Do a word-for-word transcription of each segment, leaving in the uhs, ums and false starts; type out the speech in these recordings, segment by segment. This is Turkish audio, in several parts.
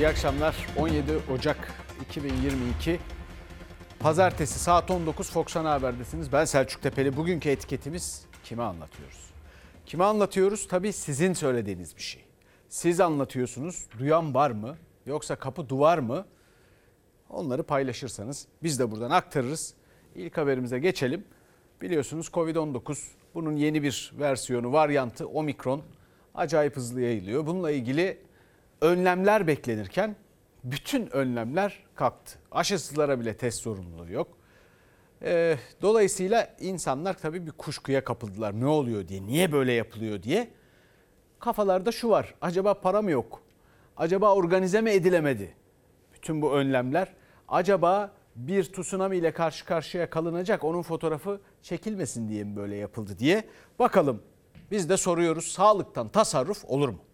İyi akşamlar. on yedi Ocak iki bin yirmi iki Pazartesi saat on dokuz Fox Ana Haber'desiniz. Ben Selçuk Tepeli. Bugünkü etiketimiz kime anlatıyoruz? Kime anlatıyoruz? Tabii sizin söylediğiniz bir şey. Siz anlatıyorsunuz. Duyan var mı? Yoksa kapı duvar mı? Onları paylaşırsanız biz de buradan aktarırız. İlk haberimize geçelim. Biliyorsunuz kovid on dokuz bunun yeni bir versiyonu, varyantı Omikron acayip hızlı yayılıyor. Bununla ilgili önlemler beklenirken bütün önlemler kalktı. Aşısızlara bile test zorunluluğu yok. Ee, dolayısıyla insanlar tabii bir kuşkuya kapıldılar. Ne oluyor diye, niye böyle yapılıyor diye. Kafalarda şu var, acaba para mı yok? Acaba organize mi edilemedi? Bütün bu önlemler. Acaba bir tsunami ile karşı karşıya kalınacak, onun fotoğrafı çekilmesin diye mi böyle yapıldı diye. Bakalım, biz de soruyoruz, sağlıktan tasarruf olur mu?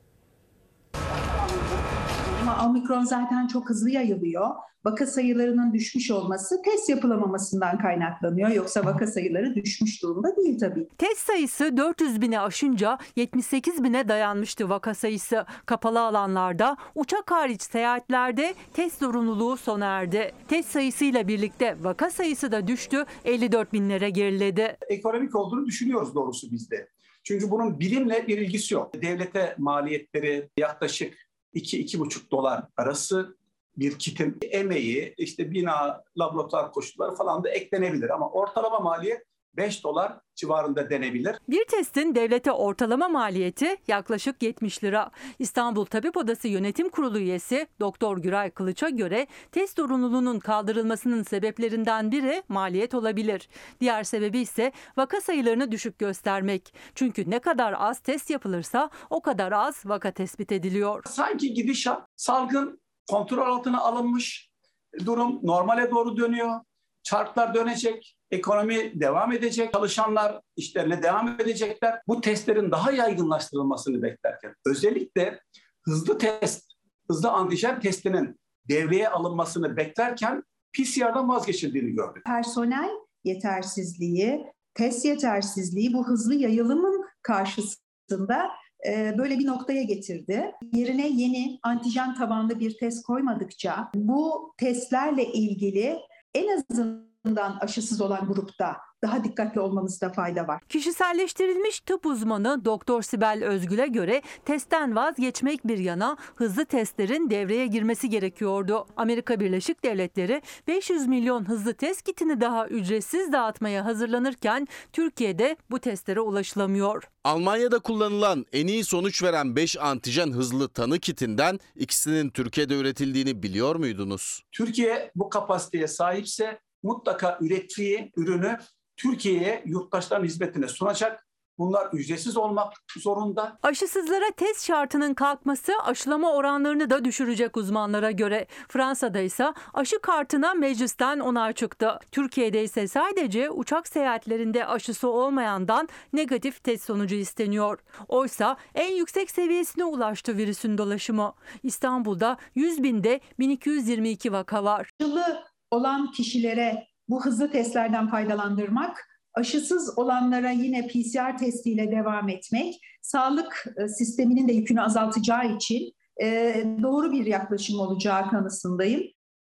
Ama Omikron zaten çok hızlı yayılıyor. Vaka sayılarının düşmüş olması test yapılamamasından kaynaklanıyor. Yoksa vaka sayıları düşmüş durumda değil tabii. Test sayısı dört yüz bine aşınca yetmiş sekiz bine dayanmıştı vaka sayısı. Kapalı alanlarda, uçak hariç seyahatlerde test zorunluluğu sona erdi. Test sayısıyla birlikte vaka sayısı da düştü, elli dört binlere geriledi. Ekonomik olduğunu düşünüyoruz doğrusu bizde. Çünkü bunun bilimle bir ilgisi yok. Devlete maliyetleri yaklaşık iki iki buçuk dolar arası, bir kitin emeği, işte bina, laboratuvar koşulları falan da eklenebilir. Ama ortalama maliyet beş dolar civarında denebilir. Bir testin devlete ortalama maliyeti yaklaşık yetmiş lira. İstanbul Tabip Odası Yönetim Kurulu üyesi Doktor Güray Kılıç'a göre test zorunluluğunun kaldırılmasının sebeplerinden biri maliyet olabilir. Diğer sebebi ise vaka sayılarını düşük göstermek. Çünkü ne kadar az test yapılırsa o kadar az vaka tespit ediliyor. Sanki gidişat, salgın kontrol altına alınmış, durum normale doğru dönüyor. Çarklar dönecek, ekonomi devam edecek, çalışanlar işlerine devam edecekler. Bu testlerin daha yaygınlaştırılmasını beklerken, özellikle hızlı test, hızlı antijen testinin devreye alınmasını beklerken P C R'dan vazgeçildiğini gördük. Personel yetersizliği, test yetersizliği bu hızlı yayılımın karşısında böyle bir noktaya getirdi. Yerine yeni antijen tabanlı bir test koymadıkça bu testlerle ilgili en azından aşısız olan grupta daha dikkatli olmamızda fayda var. Kişiselleştirilmiş tıp uzmanı Doktor Sibel Özgül'e göre testten vazgeçmek bir yana hızlı testlerin devreye girmesi gerekiyordu. Amerika Birleşik Devletleri beş yüz milyon hızlı test kitini daha ücretsiz dağıtmaya hazırlanırken Türkiye'de bu testlere ulaşılamıyor. Almanya'da kullanılan en iyi sonuç veren beş antijen hızlı tanı kitinden ikisinin Türkiye'de üretildiğini biliyor muydunuz? Türkiye bu kapasiteye sahipse mutlaka ürettiği ürünü Türkiye'ye yurttaşların hizmetine sunacak. Bunlar ücretsiz olmak zorunda. Aşısızlara test şartının kalkması aşılama oranlarını da düşürecek uzmanlara göre. Fransa'da ise aşı kartına meclisten onay çıktı. Türkiye'de ise sadece uçak seyahatlerinde aşısı olmayandan negatif test sonucu isteniyor. Oysa en yüksek seviyesine ulaştı virüsün dolaşımı. İstanbul'da yüz binde bin iki yüz yirmi iki vaka var. Aşılı olan kişilere bu hızlı testlerden faydalandırmak, aşısız olanlara yine P C R testiyle devam etmek, sağlık sisteminin de yükünü azaltacağı için doğru bir yaklaşım olacağı kanısındayım.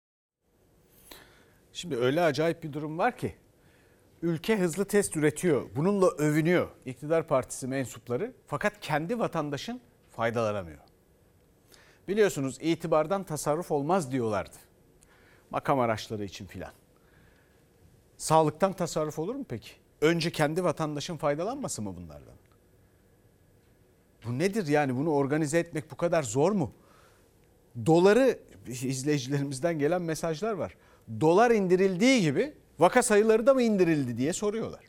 Şimdi öyle acayip bir durum var ki, ülke hızlı test üretiyor, bununla övünüyor iktidar partisi mensupları, fakat kendi vatandaşın faydalanamıyor. Biliyorsunuz itibardan tasarruf olmaz diyorlardı. Makam araçları için filan. Sağlıktan tasarruf olur mu peki? Önce kendi vatandaşın faydalanması mı bunlardan? Bu nedir yani? Bunu organize etmek bu kadar zor mu? Doları, izleyicilerimizden gelen mesajlar var. Dolar indirildiği gibi vaka sayıları da mı indirildi diye soruyorlar.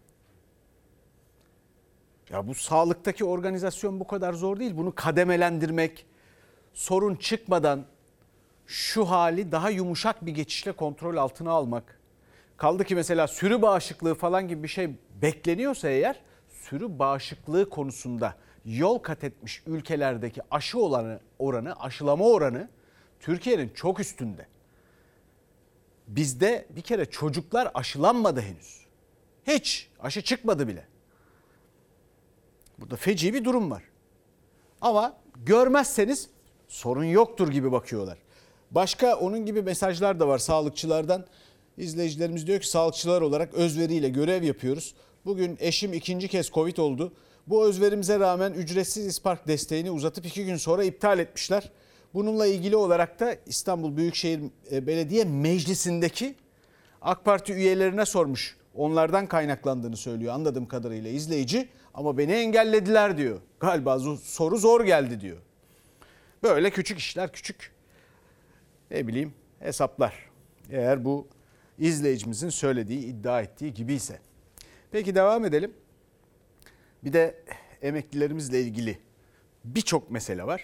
Ya bu sağlıktaki organizasyon bu kadar zor değil. Bunu kademelendirmek, sorun çıkmadan şu hali daha yumuşak bir geçişle kontrol altına almak. Kaldı ki mesela sürü bağışıklığı falan gibi bir şey bekleniyorsa eğer, sürü bağışıklığı konusunda yol kat etmiş ülkelerdeki aşı oranı, oranı, aşılama oranı Türkiye'nin çok üstünde. Bizde bir kere çocuklar aşılanmadı henüz. Hiç aşı çıkmadı bile. Burada feci bir durum var. Ama görmezseniz sorun yoktur gibi bakıyorlar. Başka onun gibi mesajlar da var sağlıkçılardan. İzleyicilerimiz diyor ki sağlıkçılar olarak özveriyle görev yapıyoruz. Bugün eşim ikinci kez Covid oldu. Bu özverimize rağmen ücretsiz ispark desteğini uzatıp iki gün sonra iptal etmişler. Bununla ilgili olarak da İstanbul Büyükşehir Belediye Meclisi'ndeki AK Parti üyelerine sormuş. Onlardan kaynaklandığını söylüyor anladığım kadarıyla izleyici. Ama beni engellediler diyor. Galiba soru zor geldi diyor. Böyle küçük işler, küçük ne bileyim hesaplar. Eğer bu izleyicimizin söylediği, iddia ettiği gibiyse. Peki devam edelim. Bir de emeklilerimizle ilgili birçok mesele var.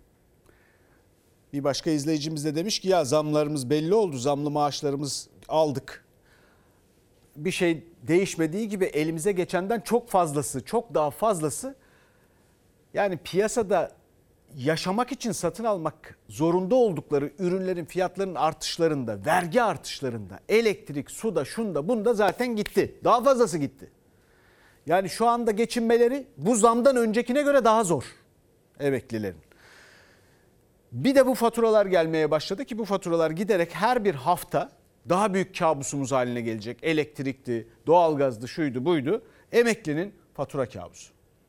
Bir başka izleyicimiz de demiş ki ya zamlarımız belli oldu, zamlı maaşlarımız aldık. Bir şey değişmediği gibi elimize geçenden çok fazlası, çok daha fazlası yani piyasada yaşamak için satın almak zorunda oldukları ürünlerin fiyatlarının artışlarında, vergi artışlarında, elektrik, suda, şunda, bunda zaten gitti. Daha fazlası gitti. Yani şu anda geçinmeleri bu zamdan öncekine göre daha zor emeklilerin. Bir de bu faturalar gelmeye başladı ki bu faturalar giderek her bir hafta daha büyük kabusumuz haline gelecek. Elektrikti, doğalgazdı, şuydu, buydu. Emeklinin fatura kabusu.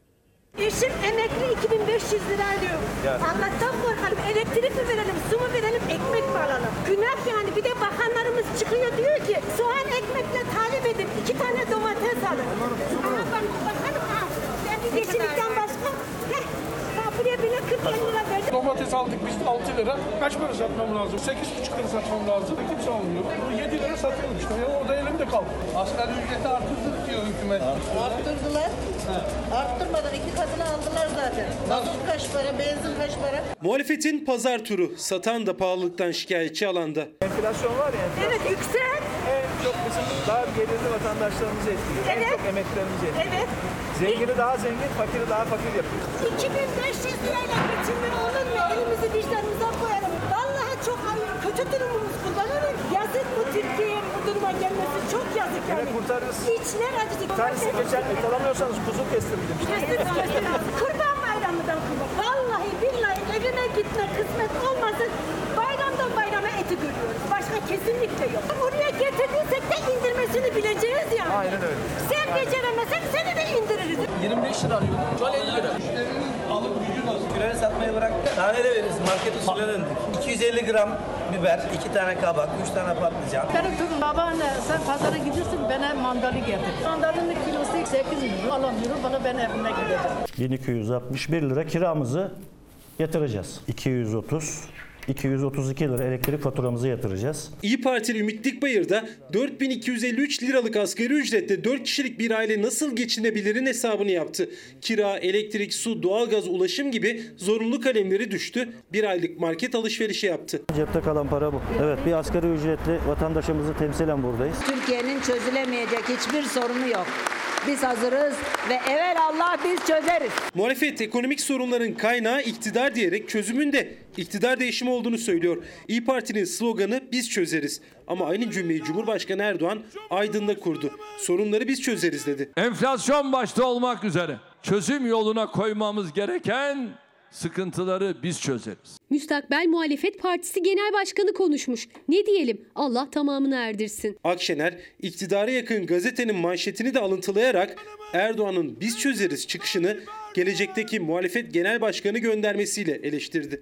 Eşim emekli iki bin beş yüz lira diyor. Allah'tan korkalım. Elektrik mi verelim, su mu verelim, ekmek mi alalım? Günah yani. Bir de bakanlarımız çıkıyor diyor ki soğan ekmekle talep edin. iki tane domates alın. Aha bak bakalım. Ha. Ben bir yeşillikten başka. Heh. Ha, buraya bile kırk lira verdim. Domates aldık biz altı lira. Kaç para satmam lazım? sekiz buçuk lira satmam lazım. Kimse almıyor. Bu yedi lira satıyoruz işte. Ya orada elimde kaldı. Asgari ücreti artırdık diyor hükümet. Arttırdılar. Arttırmadan iki katını aldılar zaten. Mazot kaç para, benzin kaç para? Muhalefetin pazar turu. Satan da pahalılıktan şikayetçi alanda. Enflasyon var ya. Enflasyon. Evet yüksek. En çok bizim daha gelirli vatandaşlarımızı etkiliyor. Evet. En çok emeklerimizi etkiliyor. Evet. Zengini daha zengin, fakiri daha fakir yapıyor. iki bin beş yüz lirayla geçinme olur mu? Elimizi vicdanımıza koyalım. Vallahi çok hayır. Kötü durumumuz kullanırız. Yazık bu Türkiye'ye bu duruma gelmesi çok yazık yani. Yine kurtarırız. İçler acıdı. Tanesi geçen et alamıyorsanız kuzu kestirdim. Kestiririz kestiririz. Kurban bayramından kurban. Vallahi billahi evine gitme kısmet olmasın. Bayramdan bayrama eti görüyoruz. Başka kesinlikle yok. Oraya getirdiysek de indirmesini bileceğiz yani. Aynen öyle. Sen beceremezsen seni de indiririz. yirmi beş lira alıyordum. Şu an elli lira. Müşterinin alım gücü nasıl? Küreğe satmayı bırak. Tane de veririz. Market usulüne döndük. iki yüz elli gram biber, iki tane kabak, üç tane patlıcan. Benim kızım babaanne sen pazara gidiyorsun bana mandalı getir. Mandalının kilosu sekiz milyon alamıyorum bana ben evime gideceğim. bin iki yüz altmış bir lira kiramızı yatıracağız. iki yüz otuz, iki yüz otuz iki lira elektrik faturamızı yatıracağız. İYİ Partili Ümit Dikbayır da dört bin iki yüz elli üç liralık asgari ücretle dört kişilik bir aile nasıl geçinebilirin hesabını yaptı. Kira, elektrik, su, doğalgaz, ulaşım gibi zorunlu kalemleri düştü. Bir aylık market alışverişi yaptı. Cepte kalan para bu. Evet, bir asgari ücretli vatandaşımızı temsilen buradayız. Türkiye'nin çözülemeyecek hiçbir sorunu yok. Biz hazırız ve evelallah biz çözeriz. Muhalefet ekonomik sorunların kaynağı iktidar diyerek çözümün de iktidar değişimi olduğunu söylüyor. İYİ Parti'nin sloganı biz çözeriz. Ama aynı cümleyi Cumhurbaşkanı Erdoğan Aydın'da kurdu. Sorunları biz çözeriz dedi. Enflasyon başta olmak üzere çözüm yoluna koymamız gereken sıkıntıları biz çözeriz. Müstakbel Muhalefet Partisi Genel Başkanı konuşmuş. Ne diyelim? Allah tamamını erdirsin. Akşener iktidara yakın gazetenin manşetini de alıntılayarak Erdoğan'ın biz çözeriz çıkışını gelecekteki muhalefet genel başkanı göndermesiyle eleştirdi.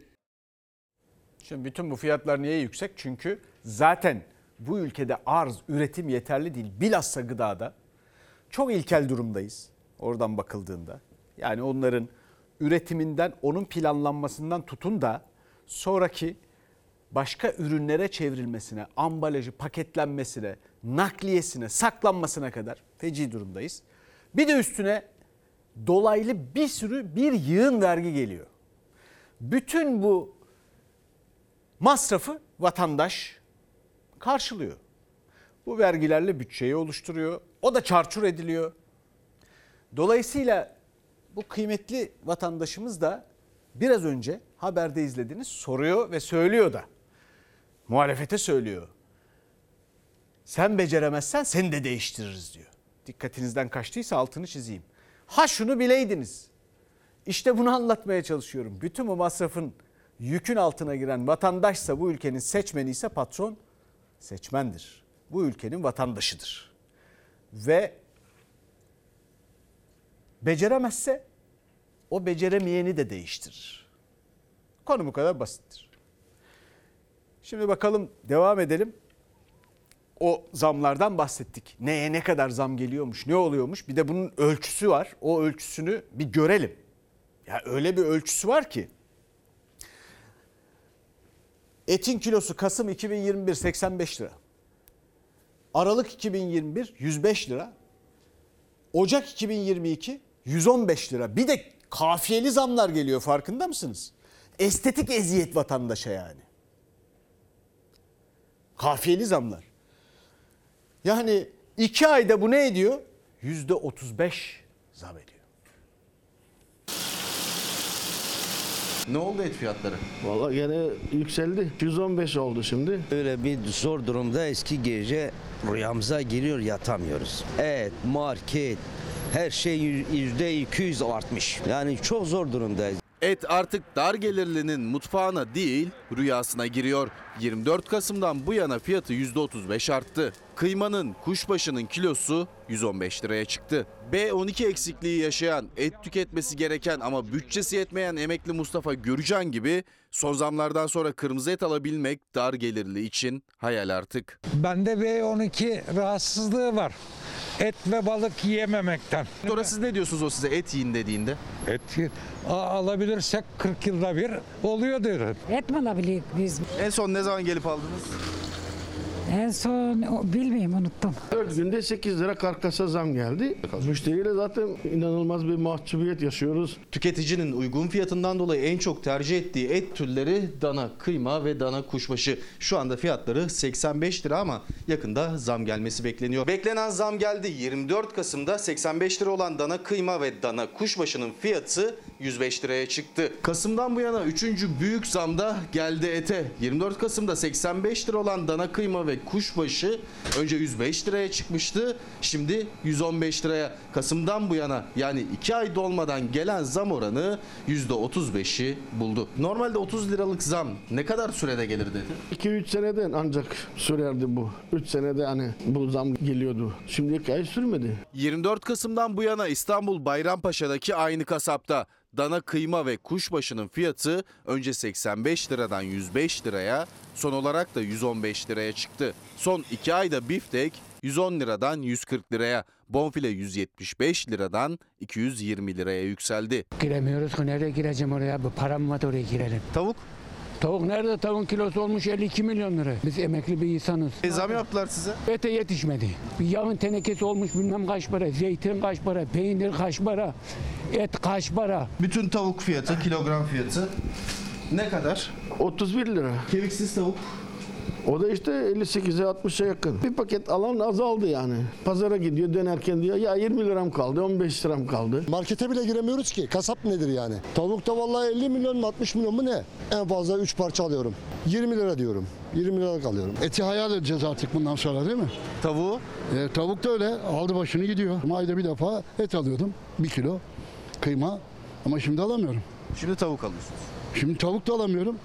Şimdi bütün bu fiyatlar niye yüksek? Çünkü zaten bu ülkede arz, üretim yeterli değil. Bilhassa gıdada çok ilkel durumdayız oradan bakıldığında. Yani onların üretiminden, onun planlanmasından tutun da sonraki başka ürünlere çevrilmesine, ambalajı, paketlenmesine, nakliyesine, saklanmasına kadar feci durumdayız. Bir de üstüne dolaylı bir sürü bir yığın vergi geliyor. Bütün bu masrafı vatandaş karşılıyor. Bu vergilerle bütçeyi oluşturuyor. O da çarçur ediliyor. Dolayısıyla bu kıymetli vatandaşımız da biraz önce haberde izlediğiniz soruyor ve söylüyor da. Muhalefete söylüyor. Sen beceremezsen seni de değiştiririz diyor. Dikkatinizden kaçtıysa altını çizeyim. Ha şunu bileydiniz. İşte bunu anlatmaya çalışıyorum. Bütün bu masrafın Yükün altına giren vatandaşsa bu ülkenin seçmeni ise patron seçmendir. Bu ülkenin vatandaşıdır. Ve beceremezse o beceremeyeni de değiştirir. Konu bu kadar basittir. Şimdi bakalım, devam edelim. O zamlardan bahsettik. Neye ne kadar zam geliyormuş, ne oluyormuş? Bir de bunun ölçüsü var. O ölçüsünü bir görelim. Ya öyle bir ölçüsü var ki. Etin kilosu Kasım iki bin yirmi bir seksen beş lira. Aralık iki bin yirmi bir yüz beş lira. Ocak iki bin yirmi iki yüz on beş lira. Bir de kafiyeli zamlar geliyor, farkında mısınız? Estetik eziyet vatandaşa yani. Kafiyeli zamlar. Yani iki ayda bu ne ediyor? yüzde otuz beş zam ediyor. Ne oldu et fiyatları? Vallahi gene yükseldi. yüz on beş oldu şimdi. Öyle bir zor durumda eski gece rüyamıza giriyor, yatamıyoruz. Et, market, her şey yüzde iki yüz artmış. Yani çok zor durumdayız. Et artık dar gelirlinin mutfağına değil, rüyasına giriyor. yirmi dört Kasım'dan bu yana fiyatı yüzde otuz beş arttı. Kıymanın, kuşbaşının kilosu yüz on beş liraya çıktı. B on iki eksikliği yaşayan, et tüketmesi gereken ama bütçesi yetmeyen emekli Mustafa Gürcan gibi son zamlardan sonra kırmızı et alabilmek dar gelirli için hayal artık. Bende B on iki rahatsızlığı var. Et ve balık yiyememekten. Sonra siz ne diyorsunuz o size et yiyin dediğinde? Et alabilirsek kırk yılda bir oluyor diyorum. Et mi alabiliyoruz biz? En son ne zaman gelip aldınız? En son bilmiyorum, unuttum. dört günde sekiz lira karkasa zam geldi. Müşteriyle zaten inanılmaz bir mahcubiyet yaşıyoruz. Tüketicinin uygun fiyatından dolayı en çok tercih ettiği et türleri dana kıyma ve dana kuşbaşı. Şu anda fiyatları seksen beş lira ama yakında zam gelmesi bekleniyor. Beklenen zam geldi. yirmi dört Kasım'da seksen beş lira olan dana kıyma ve dana kuşbaşının fiyatı yüz beş liraya çıktı. Kasım'dan bu yana üçüncü büyük zam da geldi ete. yirmi dört Kasım'da seksen beş lira olan dana kıyma ve kuşbaşı önce yüz beş liraya çıkmıştı. Şimdi yüz on beş liraya. Kasım'dan bu yana yani iki ay dolmadan gelen zam oranı yüzde otuz beşi buldu. Normalde otuz liralık zam ne kadar sürede gelir dedi? iki üç seneden ancak sürerdi bu. üç senede hani bu zam geliyordu. Şimdi iki ay sürmedi. yirmi dört Kasım'dan bu yana İstanbul Bayrampaşa'daki aynı kasapta dana kıyma ve kuşbaşının fiyatı önce seksen beş liradan yüz beş liraya, son olarak da yüz on beş liraya çıktı. Son iki ayda biftek yüz on liradan yüz kırk liraya, bonfile yüz yetmiş beş liradan iki yüz yirmi liraya yükseldi. Giremiyoruz ki, nereye gireceğim oraya? Bu param var, oraya girelim. Tavuk? Tavuk nerede? Tavuğun kilosu olmuş elli iki milyon lira. Biz emekli bir insanız. E, zam yaptılar size. Ete yetişmedi. Bir yağın tenekesi olmuş bilmem kaç para. Zeytin kaç para. Peynir kaç para. Et kaç para. Bütün tavuk fiyatı, kilogram fiyatı ne kadar? otuz bir lira. Kemiksiz tavuk? O da işte elli sekize altmışa yakın. Bir paket alan azaldı yani. Pazara gidiyor, dönerken diyor ya yirmi liram kaldı, on beş liram kaldı. Markete bile giremiyoruz ki. Kasap nedir yani? Tavukta vallahi elli milyon mu altmış milyon mu ne? En fazla üç parça alıyorum. yirmi lira diyorum. yirmi liralık alıyorum. Eti hayal edeceğiz artık bundan sonra, değil mi? Tavuğu? E, tavuk da öyle. Aldı başını gidiyor. Ayda bir defa et alıyordum. Bir kilo kıyma. Ama şimdi alamıyorum. Şimdi tavuk alıyorsunuz. Şimdi tavuk da alamıyorum.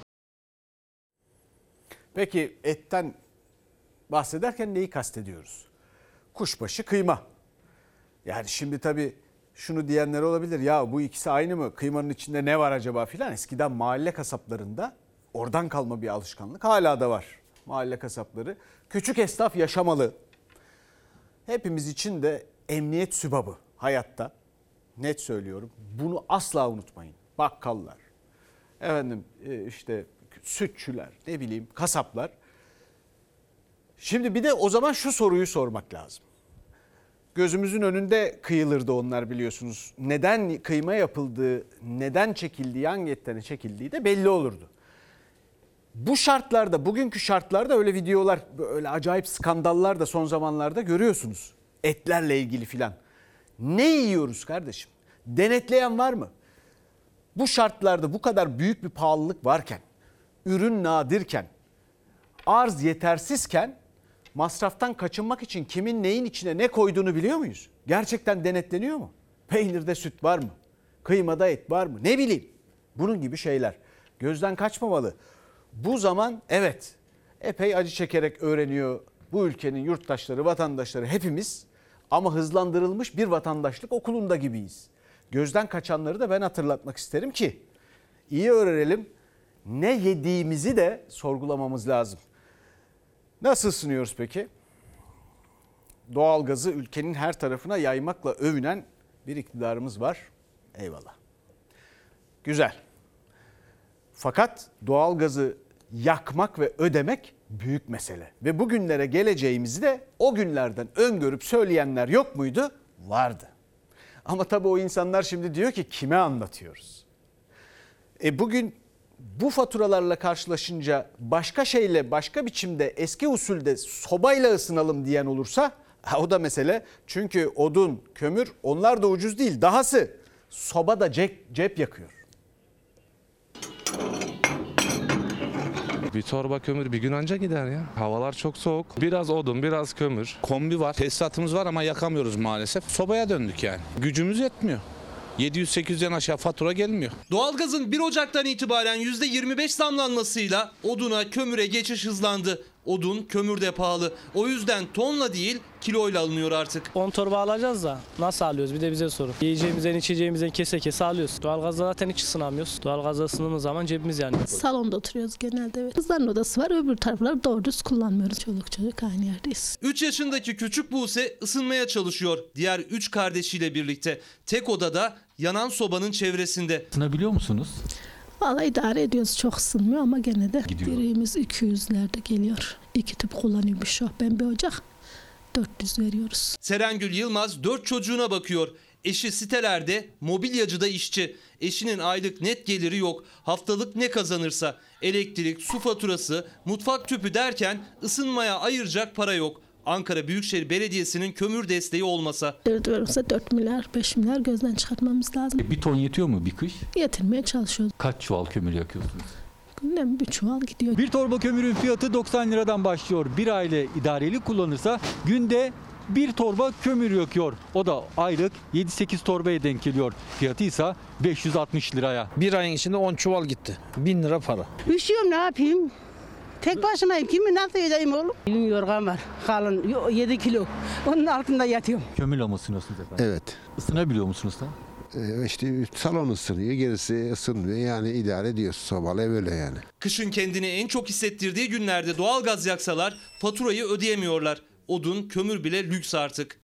Peki etten bahsederken neyi kastediyoruz? Kuşbaşı, kıyma. Yani şimdi tabii şunu diyenler olabilir. Ya bu ikisi aynı mı? Kıymanın içinde ne var acaba filan. Eskiden mahalle kasaplarında oradan kalma bir alışkanlık hala da var. Mahalle kasapları. Küçük esnaf yaşamalı. Hepimiz için de emniyet sübabı hayatta. Net söylüyorum. Bunu asla unutmayın. Bakkallar, efendim işte sütçüler, ne bileyim kasaplar. Şimdi bir de o zaman şu soruyu sormak lazım. Gözümüzün önünde kıyılırdı onlar, biliyorsunuz. Neden kıyma yapıldığı, neden çekildiği, hangi etten çekildiği de belli olurdu. Bu şartlarda, bugünkü şartlarda öyle videolar, öyle acayip skandallar da son zamanlarda görüyorsunuz. Etlerle ilgili filan. Ne yiyoruz kardeşim? Denetleyen var mı? Bu şartlarda bu kadar büyük bir pahalılık varken, ürün nadirken, arz yetersizken masraftan kaçınmak için kimin neyin içine ne koyduğunu biliyor muyuz? Gerçekten denetleniyor mu? Peynirde süt var mı? Kıymada et var mı? Ne bileyim. Bunun gibi şeyler. gözden kaçmamalı. Bu zaman evet epey acı çekerek öğreniyor bu ülkenin yurttaşları, vatandaşları hepimiz ama hızlandırılmış bir vatandaşlık okulunda gibiyiz. Gözden kaçanları da ben hatırlatmak isterim ki iyi öğrenelim, ne yediğimizi de sorgulamamız lazım. Nasıl ısınıyoruz peki? Doğalgazı ülkenin her tarafına yaymakla övünen bir iktidarımız var. Eyvallah. Güzel. Fakat doğalgazı yakmak ve ödemek büyük mesele. Ve bugünlere geleceğimizi de o günlerden öngörüp söyleyenler yok muydu? Vardı. Ama tabii o insanlar şimdi diyor ki kime anlatıyoruz? E bugün bu faturalarla karşılaşınca başka şeyle, başka biçimde, eski usulde sobayla ısınalım diyen olursa o da mesele. Çünkü odun, kömür onlar da ucuz değil. Dahası soba da cep, cep yakıyor. Bir torba kömür bir gün anca gider ya. Havalar çok soğuk. Biraz odun, biraz kömür. Kombi var, tesisatımız var ama yakamıyoruz maalesef. Sobaya döndük yani. Gücümüz yetmiyor. yedi yüz sekiz yüzden aşağı fatura gelmiyor. Doğalgazın bir Ocak'tan itibaren yüzde yirmi beş zamlanmasıyla oduna, kömüre geçiş hızlandı. Odun, kömür de pahalı. O yüzden tonla değil kiloyla alınıyor artık. on torba alacağız da nasıl alıyoruz bir de bize sorun. Yiyeceğimizden içeceğimizden kese kese alıyoruz. Doğalgazda zaten hiç ısınamıyoruz. Doğalgazda ısındığımız zaman cebimiz yanıyor. Salonda oturuyoruz genelde. Evet. Kızların odası var, öbür tarafları doğru düz kullanmıyoruz. Çoluk çocuk aynı yerdeyiz. üç yaşındaki küçük Buse ısınmaya çalışıyor. Diğer üç kardeşiyle birlikte tek odada yanan sobanın çevresinde. Isınabiliyor musunuz? Vallahi idare ediyoruz, çok ısınmıyor ama gene de birimiz iki yüzlerde geliyor. İki tüp kullanıyormuş o. Ben bir ocak dört yüz veriyoruz. Serengül Yılmaz dört çocuğuna bakıyor. Eşi sitelerde, mobilyacıda işçi. Eşinin aylık net geliri yok. Haftalık ne kazanırsa elektrik, su faturası, mutfak tüpü derken ısınmaya ayıracak para yok. Ankara Büyükşehir Belediyesi'nin kömür desteği olmasa. Dört dört milyar, beş milyar gözden çıkartmamız lazım. Bir ton yetiyor mu bir kış? Yetirmeye çalışıyoruz. Kaç çuval kömür yakıyorsunuz? Günden bir çuval gidiyor. Bir torba kömürün fiyatı doksan liradan başlıyor. Bir aile idareli kullanırsa günde bir torba kömür yakıyor. O da aylık yedi sekiz torbaya denk geliyor. Fiyatı ise beş yüz altmış liraya. Bir ayın içinde on çuval gitti. bin lira para. Üşüyorum, ne yapayım? Tek başımayım. Kimi nasıl edeyim oğlum? Benim yorgan var. Kalın. yedi kilo. Onun altında yatıyorum. Kömürle mi ısınıyorsunuz efendim? Evet. Isınabiliyor musunuz da? Ee, işte salon ısınıyor, gerisi ısınmıyor. Yani idare ediyoruz, sobalı ev öyle yani. Kışın kendini en çok hissettirdiği günlerde doğalgaz yaksalar faturayı ödeyemiyorlar. Odun, kömür bile lüks artık.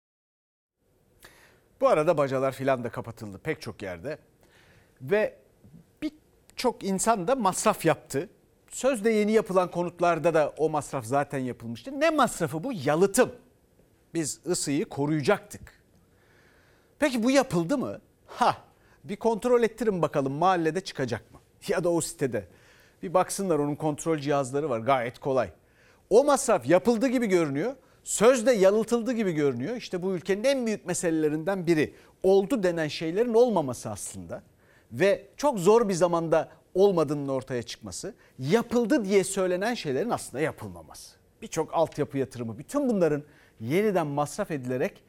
Bu arada bacalar filan da kapatıldı pek çok yerde. Ve birçok insan da masraf yaptı. Sözde yeni yapılan konutlarda da o masraf zaten yapılmıştı. Ne masrafı bu? Yalıtım. Biz ısıyı koruyacaktık. Peki bu yapıldı mı? Ha, bir kontrol ettirin bakalım mahallede çıkacak mı? Ya da o sitede. Bir baksınlar, onun kontrol cihazları var, gayet kolay. O masraf yapıldı gibi görünüyor. Sözde yalıtıldı gibi görünüyor. İşte bu ülkenin en büyük meselelerinden biri. Oldu denen şeylerin olmaması aslında. Ve çok zor bir zamanda olmadığının ortaya çıkması. Yapıldı diye söylenen şeylerin aslında yapılmaması. Birçok altyapı yatırımı, bütün bunların yeniden masraf edilerek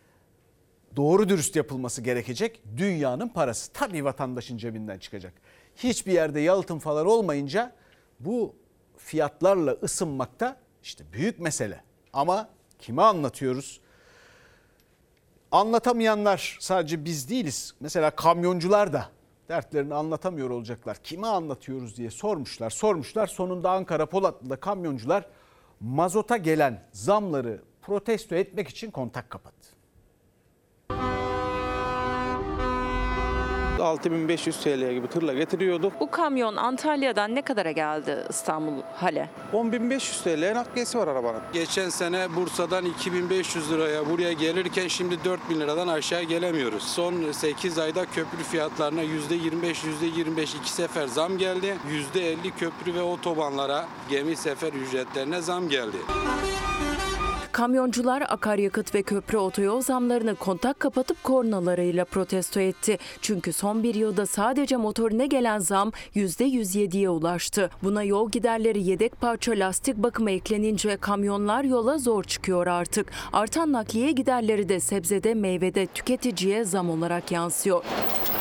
doğru dürüst yapılması gerekecek. Dünyanın parası tabii vatandaşın cebinden çıkacak. Hiçbir yerde yalıtım falan olmayınca bu fiyatlarla ısınmakta işte büyük mesele. Ama kime anlatıyoruz? Anlatamayanlar sadece biz değiliz. Mesela kamyoncular da dertlerini anlatamıyor olacaklar. Kime anlatıyoruz diye sormuşlar, sormuşlar. Sonunda Ankara Polatlı'da kamyoncular mazota gelen zamları protesto etmek için kontak kapattı. altı bin beş yüz T L gibi tırla getiriyorduk. Bu kamyon Antalya'dan ne kadara geldi İstanbul Hale? on bin beş yüz T L nakliyesi var arabanın. Geçen sene Bursa'dan iki bin beş yüz liraya buraya gelirken şimdi dört bin liradan aşağı gelemiyoruz. Son sekiz ayda köprü fiyatlarına yüzde yirmi beş yüzde yirmi beş iki sefer zam geldi. yüzde elli köprü ve otobanlara, gemi sefer ücretlerine zam geldi. Kamyoncular akaryakıt ve köprü otoyol zamlarını kontak kapatıp kornalarıyla protesto etti. Çünkü son bir yılda sadece motorine gelen zam yüzde yüz yediye ulaştı. Buna yol giderleri, yedek parça, lastik bakımı eklenince kamyonlar yola zor çıkıyor artık. Artan nakliye giderleri de sebzede, meyvede tüketiciye zam olarak yansıyor.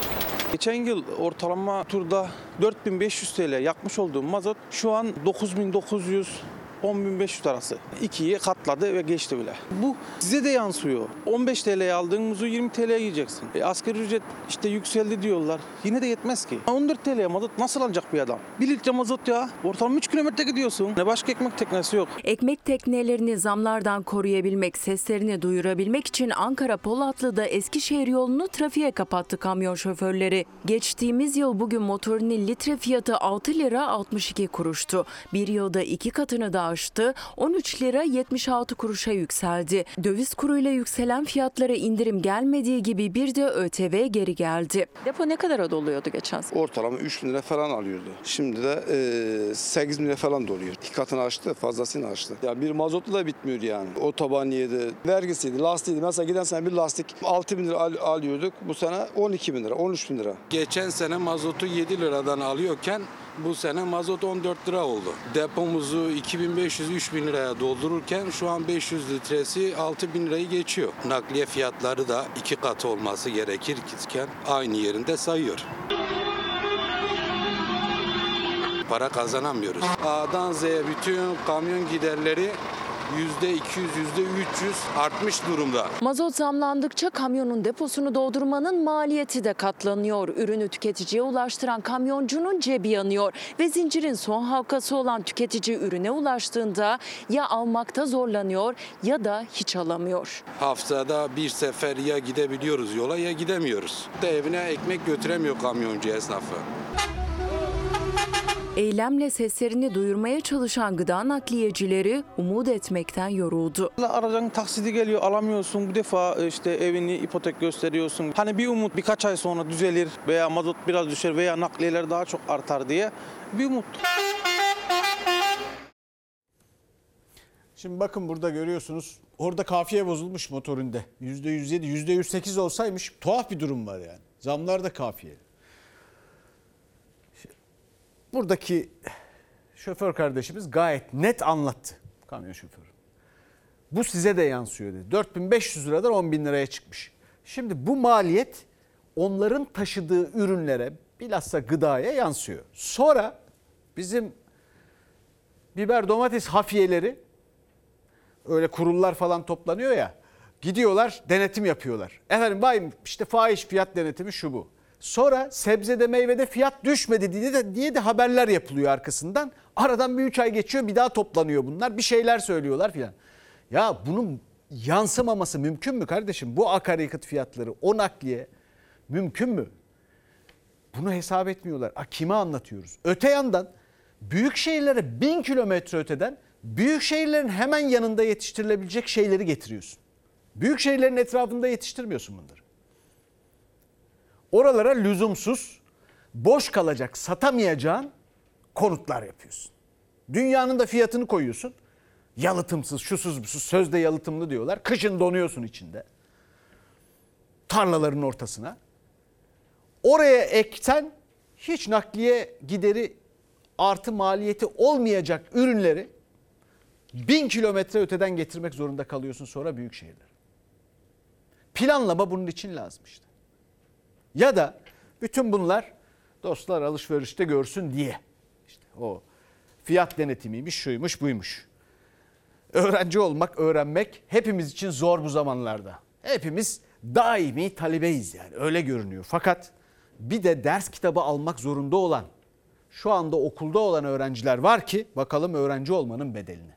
Geçen yıl ortalama turda dört bin beş yüz T L yakmış olduğum mazot şu an dokuz bin dokuz yüz on bin beş yüz arası. İkiye katladı ve geçti bile. Bu size de yansıyor. on beş T L'ye aldığın muzu yirmi T L'ye yiyeceksin. E, asgari ücret işte yükseldi diyorlar. Yine de yetmez ki. on dört T L'ye mazot nasıl alacak bir adam? bir litre mazot ya. Ortalama üç kilometre gidiyorsun. Ne başka ekmek teknesi yok. Ekmek teknelerini zamlardan koruyabilmek, seslerini duyurabilmek için Ankara Polatlı'da Eskişehir yolunu trafiğe kapattı kamyon şoförleri. Geçtiğimiz yıl bugün motorinin litre fiyatı altı lira altmış iki kuruştu. Bir yılda iki katını da aştı, on üç lira yetmiş altı kuruşa yükseldi. Döviz kuruyla yükselen fiyatlara indirim gelmediği gibi bir de ÖTV geri geldi. Depo ne kadara doluyordu geçen sene? Ortalama üç bin lira falan alıyordu. Şimdi de e, sekiz bin lira falan doluyor. İki katını aştı, fazlasını aştı. Ya bir mazotlu da bitmiyor yani. Otobaniydi, vergisiydi, lastiğiydi. Mesela giden sene bir lastik altı bin lira al- alıyorduk. Bu sene on iki bin lira, on üç bin lira. Geçen sene mazotu yedi liradan alıyorken bu sene mazot on dört lira oldu. Depomuzu iki bin beş yüz üç bin liraya doldururken şu an beş yüz litresi altı bin lirayı geçiyor. Nakliye fiyatları da iki katı olması gerekirken aynı yerinde sayıyor. Para kazanamıyoruz. A'dan Z'ye bütün kamyon giderleri yüzde iki yüz, yüzde üç yüz artmış durumda. Mazot zamlandıkça kamyonun deposunu doldurmanın maliyeti de katlanıyor. Ürünü tüketiciye ulaştıran kamyoncunun cebi yanıyor. Ve zincirin son halkası olan tüketici ürüne ulaştığında ya almakta zorlanıyor ya da hiç alamıyor. Haftada bir sefer ya gidebiliyoruz yola ya gidemiyoruz. De evine ekmek götüremiyor kamyoncu esnafı. Eylemle seslerini duyurmaya çalışan gıda nakliyecileri umut etmekten yoruldu. Aracın taksidi geliyor, alamıyorsun. Bu defa işte evini ipotek gösteriyorsun. Hani bir umut birkaç ay sonra düzelir veya mazot biraz düşer veya nakliyeler daha çok artar diye bir umut. Şimdi bakın burada görüyorsunuz. Orada kafiye bozulmuş motorinde. yüzde yüz yedi, yüzde yüz sekiz olsaymış tuhaf bir durum var yani. Zamlar da kafiye. Buradaki şoför kardeşimiz gayet net anlattı. Kamyon şoförü. Bu size de yansıyor dedi. dört bin beş yüz liradan on bin liraya çıkmış. Şimdi bu maliyet onların taşıdığı ürünlere bilhassa gıdaya yansıyor. Sonra bizim biber domates hafiyeleri öyle kurullar falan toplanıyor ya, gidiyorlar denetim yapıyorlar. Efendim bayım işte fahiş fiyat denetimi şu bu. Sonra sebzede meyvede fiyat düşmedi diye de, diye de haberler yapılıyor arkasından. Aradan bir üç ay geçiyor, bir daha toplanıyor bunlar, bir şeyler söylüyorlar filan. Ya bunun yansımaması mümkün mü kardeşim? Bu akaryakıt fiyatları, o nakliye mümkün mü? Bunu hesap etmiyorlar. A, kime anlatıyoruz? Öte yandan büyük şehirlere bin kilometre öteden büyük şehirlerin hemen yanında yetiştirilebilecek şeyleri getiriyorsun. Büyük şehirlerin etrafında yetiştirmiyorsun bunları. Oralara lüzumsuz, boş kalacak, satamayacağın konutlar yapıyorsun. Dünyanın da fiyatını koyuyorsun. Yalıtımsız, şusuz busuz, sözde yalıtımlı diyorlar. Kışın donuyorsun içinde. Tarlaların ortasına. Oraya eksen hiç nakliye gideri artı maliyeti olmayacak ürünleri bin kilometre öteden getirmek zorunda kalıyorsun sonra büyük şehirler. Planlama bunun için lazım işte. Ya da bütün bunlar dostlar alışverişte görsün diye. İşte o fiyat denetimiymiş, şuymuş, buymuş. Öğrenci olmak, öğrenmek hepimiz için zor bu zamanlarda. Hepimiz daimi talebeyiz yani öyle görünüyor. Fakat bir de ders kitabı almak zorunda olan, şu anda okulda olan öğrenciler var ki bakalım öğrenci olmanın bedelini.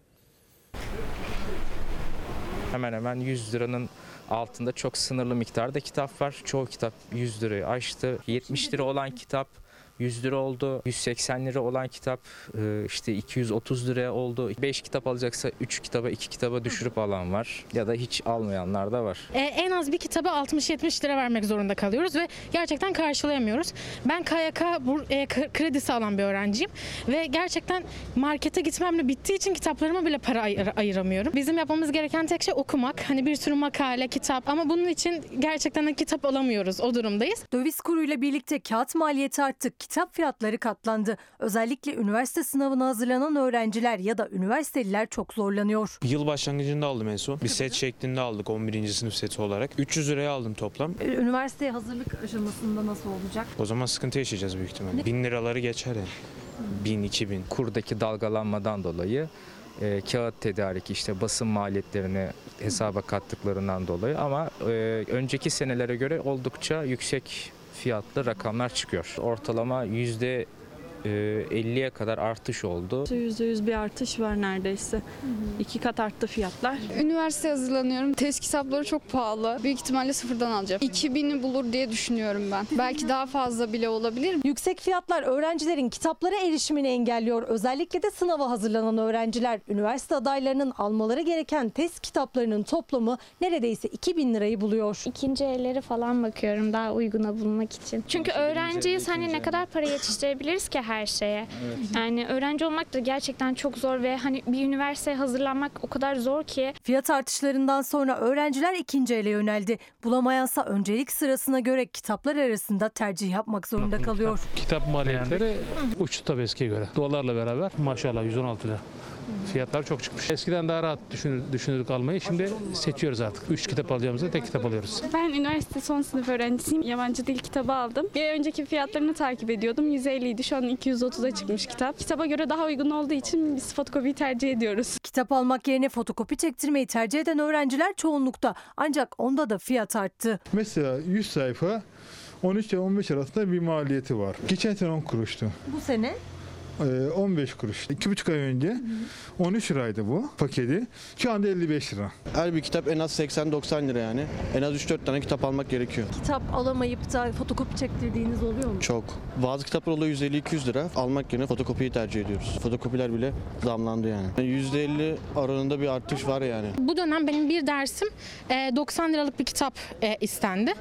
Hemen hemen yüz liranın altında çok sınırlı miktarda kitap var. Çoğu kitap yüz lirayı aştı. yetmiş lira olan kitap yüz lira oldu. yüz seksen lira olan kitap işte iki yüz otuz liraya oldu. beş kitap alacaksa üç kitaba iki kitaba düşürüp alan var. Ya da hiç almayanlar da var. Ee, en az bir kitaba altmış yetmiş lira vermek zorunda kalıyoruz ve gerçekten karşılayamıyoruz. Ben K Y K e, kredisi alan bir öğrenciyim ve gerçekten markete gitmemle bittiği için kitaplarıma bile para ayır, ayıramıyorum. Bizim yapmamız gereken tek şey okumak. Hani bir sürü makale, kitap ama bunun için gerçekten de kitap alamıyoruz. O durumdayız. Döviz kuruyla birlikte kağıt maliyeti arttı. kitap fiyatları katlandı. Özellikle üniversite sınavına hazırlanan öğrenciler ya da üniversiteliler çok zorlanıyor. Yıl başlangıcında aldım en son. Bir set şeklinde aldık on birinci sınıf seti olarak. üç yüz liraya aldım toplam. Üniversiteye hazırlık aşamasında nasıl olacak? O zaman sıkıntı yaşayacağız büyük ihtimalle. bin liraları geçer yani. bin, iki bin. Kurdaki dalgalanmadan dolayı e, kağıt tedariki, işte basın maliyetlerini hesaba kattıklarından dolayı ama e, önceki senelere göre oldukça yüksek fiyatlı rakamlar çıkıyor. Ortalama yüzde elliye kadar artış oldu. yüzde yüz bir artış var neredeyse. Hı hı. İki kat arttı fiyatlar. Üniversite hazırlanıyorum. Test kitapları çok pahalı. Büyük ihtimalle sıfırdan alacağım. iki bini bulur diye düşünüyorum ben. Belki daha fazla bile olabilir. Yüksek fiyatlar öğrencilerin kitaplara erişimini engelliyor. Özellikle de sınava hazırlanan öğrenciler. Üniversite adaylarının almaları gereken test kitaplarının toplamı neredeyse iki bin lirayı buluyor. İkinci elleri falan bakıyorum daha uyguna bulmak için. Çünkü öğrenciyiz, hani ne kadar para yetiştirebiliriz ki her şeye. Evet. Yani öğrenci olmak da gerçekten çok zor ve hani bir üniversiteye hazırlanmak o kadar zor ki. Fiyat artışlarından sonra öğrenciler ikinci ele yöneldi. Bulamayansa öncelik sırasına göre kitaplar arasında tercih yapmak zorunda kalıyor. Kitap maliyetleri uçtu tabii eskiye göre. Dolarla beraber maşallah yüz on altı lira. Fiyatlar çok çıkmış. Eskiden daha rahat düşünür, düşünürdük almayı. Şimdi seçiyoruz artık. Üç kitap alacağımızda tek kitap alıyoruz. Ben üniversite son sınıf öğrencisiyim. Yabancı dil kitabı aldım. Bir önceki fiyatlarını takip ediyordum. yüz elliydi. Şu an iki yüz otuza çıkmış kitap. Kitaba göre daha uygun olduğu için biz fotokopiyi tercih ediyoruz. Kitap almak yerine fotokopi çektirmeyi tercih eden öğrenciler çoğunlukta. Ancak onda da fiyat arttı. Mesela yüz sayfa on üç ile on beş arasında bir maliyeti var. Geçen sene on kuruştu. Bu sene? on beş kuruş. iki buçuk ay önce on üç liraydı bu paketi. Şu anda elli beş lira. Her bir kitap en az seksen doksan lira yani. En az üç dört tane kitap almak gerekiyor. Kitap alamayıp da fotokopi çektirdiğiniz oluyor mu? Çok. Bazı kitaplar oluyor yüz elli iki yüz lira. Almak yerine fotokopiyi tercih ediyoruz. Fotokopiler bile zamlandı yani. yüzde elli oranında bir artış var yani. Bu dönem benim bir dersim doksan liralık bir kitap istendi.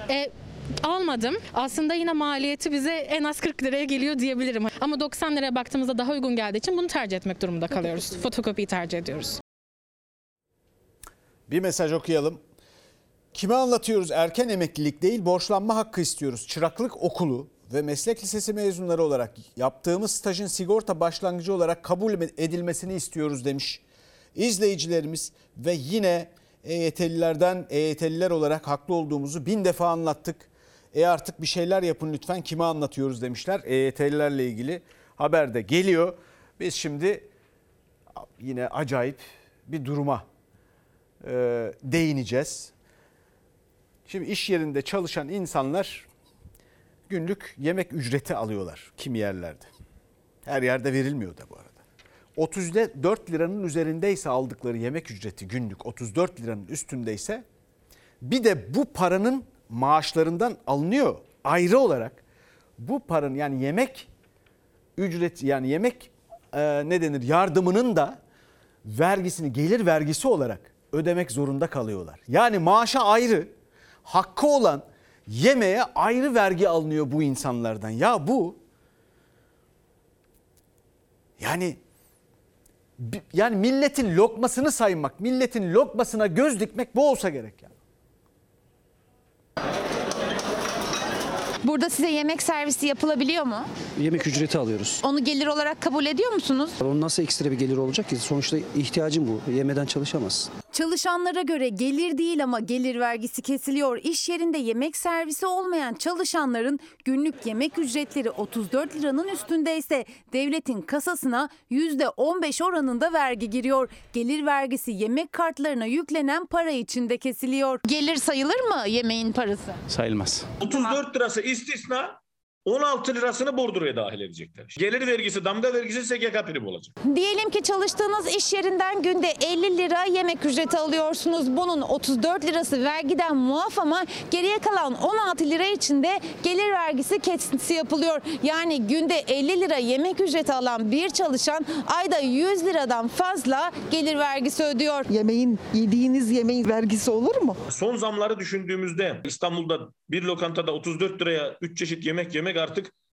Almadım. Aslında yine maliyeti bize en az kırk liraya geliyor diyebilirim. Ama doksan liraya baktığımızda daha uygun geldiği için bunu tercih etmek durumunda kalıyoruz. Fotokopiyi tercih ediyoruz. Bir mesaj okuyalım. Kime anlatıyoruz? Erken emeklilik değil, borçlanma hakkı istiyoruz. Çıraklık okulu ve meslek lisesi mezunları olarak yaptığımız stajın sigorta başlangıcı olarak kabul edilmesini istiyoruz demiş izleyicilerimiz ve yine E Y T'lilerden E Y T'liler olarak haklı olduğumuzu bin defa anlattık. E artık bir şeyler yapın lütfen, kime anlatıyoruz demişler. E Y T'lilerle ilgili haber de geliyor. Biz şimdi yine acayip bir duruma e, değineceğiz. Şimdi iş yerinde çalışan insanlar günlük yemek ücreti alıyorlar kimi yerlerde. Her yerde verilmiyor da bu arada. otuz dört liranın üzerindeyse aldıkları yemek ücreti günlük otuz dört liranın üstündeyse bir de bu paranın maaşlarından alınıyor ayrı olarak. Bu paranın yani yemek ücreti yani yemek e, ne denir yardımının da vergisini gelir vergisi olarak ödemek zorunda kalıyorlar. Yani maaşa ayrı, hakkı olan yemeğe ayrı vergi alınıyor bu insanlardan. Ya bu yani yani milletin lokmasını saymak, milletin lokmasına göz dikmek bu olsa gerek yani. Burada size yemek servisi yapılabiliyor mu? Yemek ücreti alıyoruz. Onu gelir olarak kabul ediyor musunuz? Onun nasıl ekstra bir gelir olacak ki? Sonuçta ihtiyacım bu. Yemeden çalışamaz. Çalışanlara göre gelir değil ama gelir vergisi kesiliyor. İş yerinde yemek servisi olmayan çalışanların günlük yemek ücretleri otuz dört liranın üstündeyse devletin kasasına yüzde on beş oranında vergi giriyor. Gelir vergisi yemek kartlarına yüklenen para içinde kesiliyor. Gelir sayılır mı yemeğin parası? Sayılmaz. otuz dört lirası istisna, on altı lirasını bordroya dahil edecekler. Gelir vergisi, damga vergisi S G K primi olacak. Diyelim ki çalıştığınız iş yerinden günde elli lira yemek ücreti alıyorsunuz. Bunun otuz dört lirası vergiden muaf ama geriye kalan on altı lira için de gelir vergisi kesintisi yapılıyor. Yani günde elli lira yemek ücreti alan bir çalışan ayda yüz liradan fazla gelir vergisi ödüyor. Yemeğin, yediğiniz yemeğin vergisi olur mu? Son zamları düşündüğümüzde İstanbul'da bir lokantada otuz dört liraya üç çeşit yemek yemek artık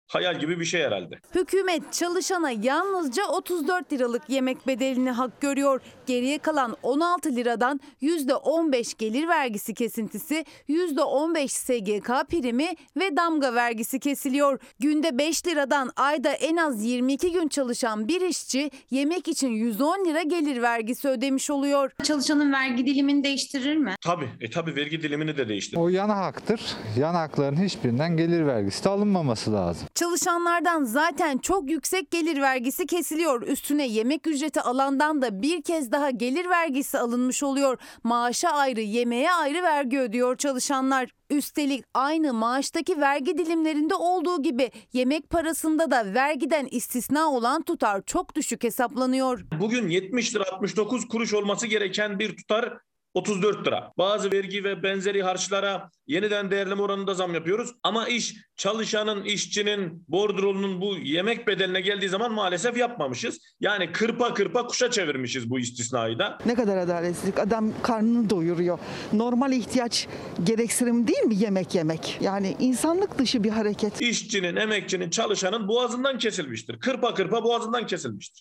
hayal gibi bir şey herhalde. Hükümet çalışana yalnızca otuz dört liralık yemek bedelini hak görüyor. Geriye kalan on altı liradan yüzde on beş gelir vergisi kesintisi, yüzde on beş S G K primi ve damga vergisi kesiliyor. Günde beş liradan ayda en az yirmi iki gün çalışan bir işçi yemek için yüz on lira gelir vergisi ödemiş oluyor. Çalışanın vergi dilimini değiştirir mi? Tabii, e tabii vergi dilimini de değiştirir. O yana haktır. Yan hakların hiçbirinden gelir vergisi de alınmaması lazım. Çalışanlardan zaten çok yüksek gelir vergisi kesiliyor. Üstüne yemek ücreti alandan da bir kez daha gelir vergisi alınmış oluyor. Maaşa ayrı, yemeğe ayrı vergi ödüyor çalışanlar. Üstelik aynı maaştaki vergi dilimlerinde olduğu gibi yemek parasında da vergiden istisna olan tutar çok düşük hesaplanıyor. Bugün yetmiş lira altmış dokuz kuruş olması gereken bir tutar otuz dört lira. Bazı vergi ve benzeri harçlara yeniden değerleme oranında zam yapıyoruz. Ama iş çalışanın, işçinin, bordrolunun bu yemek bedeline geldiği zaman maalesef yapmamışız. Yani kırpa kırpa kuşa çevirmişiz bu istisnayı da. Ne kadar adaletsizlik. Adam karnını doyuruyor. Normal ihtiyaç gereksinim değil mi yemek yemek? Yani insanlık dışı bir hareket. İşçinin, emekçinin, çalışanın boğazından kesilmiştir. Kırpa kırpa boğazından kesilmiştir.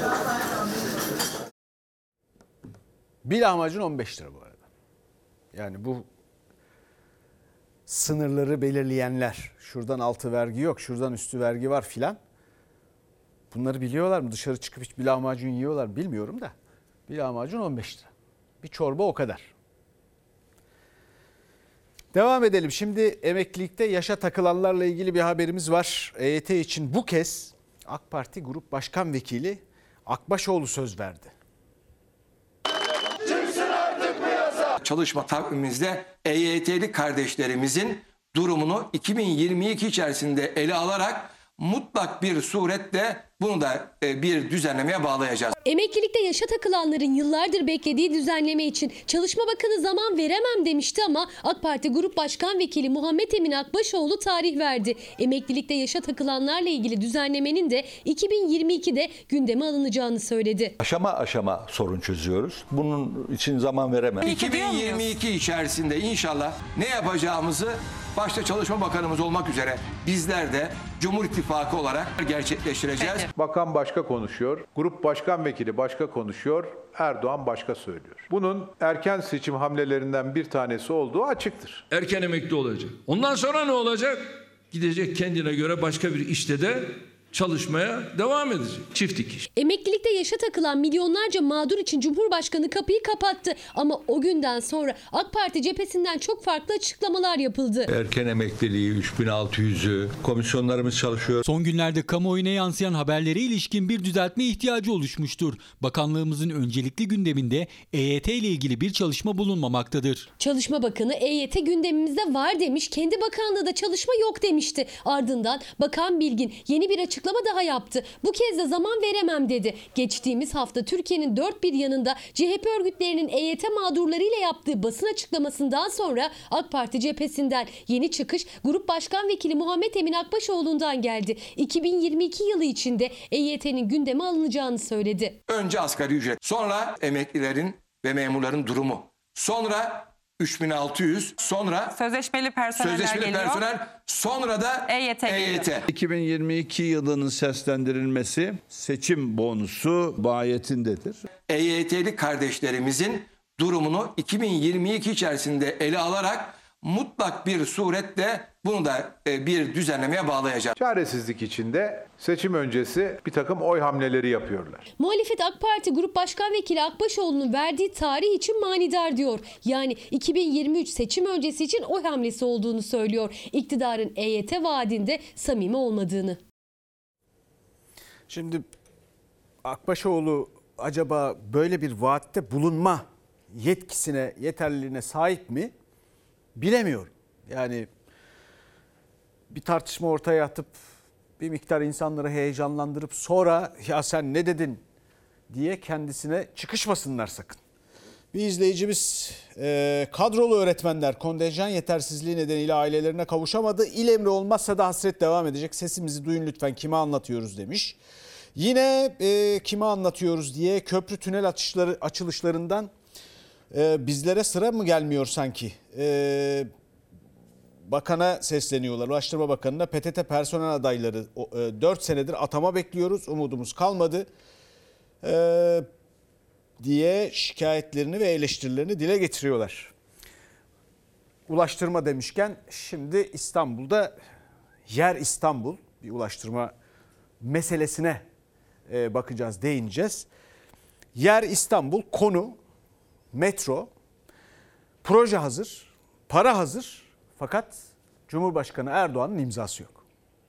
Bir lahmacun on beş lira bu arada. Yani bu sınırları belirleyenler, şuradan altı vergi yok, şuradan üstü vergi var filan. Bunları biliyorlar mı? Dışarı çıkıp hiç bir lahmacun yiyorlar mı bilmiyorum da. Bir lahmacun on beş lira. Bir çorba o kadar. Devam edelim. Şimdi emeklilikte yaşa takılanlarla ilgili bir haberimiz var. E Y T için bu kez AK Parti Grup Başkan Vekili Akbaşoğlu söz verdi. Çalışma takvimimizde E Y T'li kardeşlerimizin durumunu iki bin yirmi iki içerisinde ele alarak mutlak bir suretle bunu da bir düzenlemeye bağlayacağız. Emeklilikte yaşa takılanların yıllardır beklediği düzenleme için Çalışma Bakanı zaman veremem demişti ama AK Parti Grup Başkan Vekili Muhammed Emin Akbaşoğlu tarih verdi. Emeklilikte yaşa takılanlarla ilgili düzenlemenin de iki bin yirmi ikide gündeme alınacağını söyledi. Aşama aşama sorun çözüyoruz. Bunun için zaman veremem. iki bin yirmi iki içerisinde inşallah ne yapacağımızı başta Çalışma Bakanımız olmak üzere bizler de Cumhur İttifakı olarak gerçekleştireceğiz. Bakan başka konuşuyor, grup başkan vekili başka konuşuyor, Erdoğan başka söylüyor. Bunun erken seçim hamlelerinden bir tanesi olduğu açıktır. Erken emekli olacak. Ondan sonra ne olacak? Gidecek kendine göre başka bir işte de çalışmaya devam edecek. Çift dikiş. Emeklilikte yaşa takılan milyonlarca mağdur için Cumhurbaşkanı kapıyı kapattı. Ama o günden sonra AK Parti cephesinden çok farklı açıklamalar yapıldı. Erken emekliliği üç bin altı yüzü, komisyonlarımız çalışıyor. Son günlerde kamuoyuna yansıyan haberlere ilişkin bir düzeltme ihtiyacı oluşmuştur. Bakanlığımızın öncelikli gündeminde E Y T ile ilgili bir çalışma bulunmamaktadır. Çalışma Bakanı E Y T gündemimizde var demiş, kendi bakanlığı da çalışma yok demişti. Ardından Bakan Bilgin yeni bir açıklama daha yaptı. Bu kez de zaman veremem dedi. Geçtiğimiz hafta Türkiye'nin dört bir yanında C H P örgütlerinin E Y T mağdurlarıyla yaptığı basın açıklamasından sonra AK Parti cephesinden yeni çıkış Grup Başkan Vekili Muhammed Emin Akbaşoğlu'ndan geldi. iki bin yirmi iki yılı içinde E Y T'nin gündeme alınacağını söyledi. Önce asgari ücret, sonra emeklilerin ve memurların durumu, sonra üç bin altı yüz, sonra sözleşmeli personeller sözleşmeli geliyor. personel, sonra da E Y T E Y T. iki bin yirmi iki yılının seslendirilmesi seçim bonusu bayiyetindedir. E Y T'li kardeşlerimizin durumunu iki bin yirmi iki içerisinde ele alarak mutlak bir suretle bunu da bir düzenlemeye bağlayacağız. Çaresizlik içinde seçim öncesi bir takım oy hamleleri yapıyorlar. Muhalefet AK Parti Grup Başkan Vekili Akbaşoğlu'nun verdiği tarih için manidar diyor. Yani iki bin yirmi üç seçim öncesi için oy hamlesi olduğunu söylüyor. İktidarın E Y T vaadinde samimi olmadığını. Şimdi Akbaşoğlu acaba böyle bir vaatte bulunma yetkisine, yeterliliğine sahip mi? Bilemiyorum. Yani bir tartışma ortaya atıp bir miktar insanları heyecanlandırıp sonra ya sen ne dedin diye kendisine çıkışmasınlar sakın. Bir izleyicimiz e, kadrolu öğretmenler kontenjan yetersizliği nedeniyle ailelerine kavuşamadı. İl emri olmazsa da hasret devam edecek. Sesimizi duyun lütfen, kime anlatıyoruz demiş. Yine e, kime anlatıyoruz diye köprü tünel açışları, açılışlarından e, bizlere sıra mı gelmiyor sanki? E, bakana sesleniyorlar. Ulaştırma Bakanı'na P T T personel adayları dört senedir atama bekliyoruz. Umudumuz kalmadı Ee, diye şikayetlerini ve eleştirilerini dile getiriyorlar. Ulaştırma demişken şimdi İstanbul'da Yer İstanbul bir ulaştırma meselesine bakacağız, değineceğiz. Yer İstanbul konu metro, proje hazır, para hazır fakat Cumhurbaşkanı Erdoğan'ın imzası yok.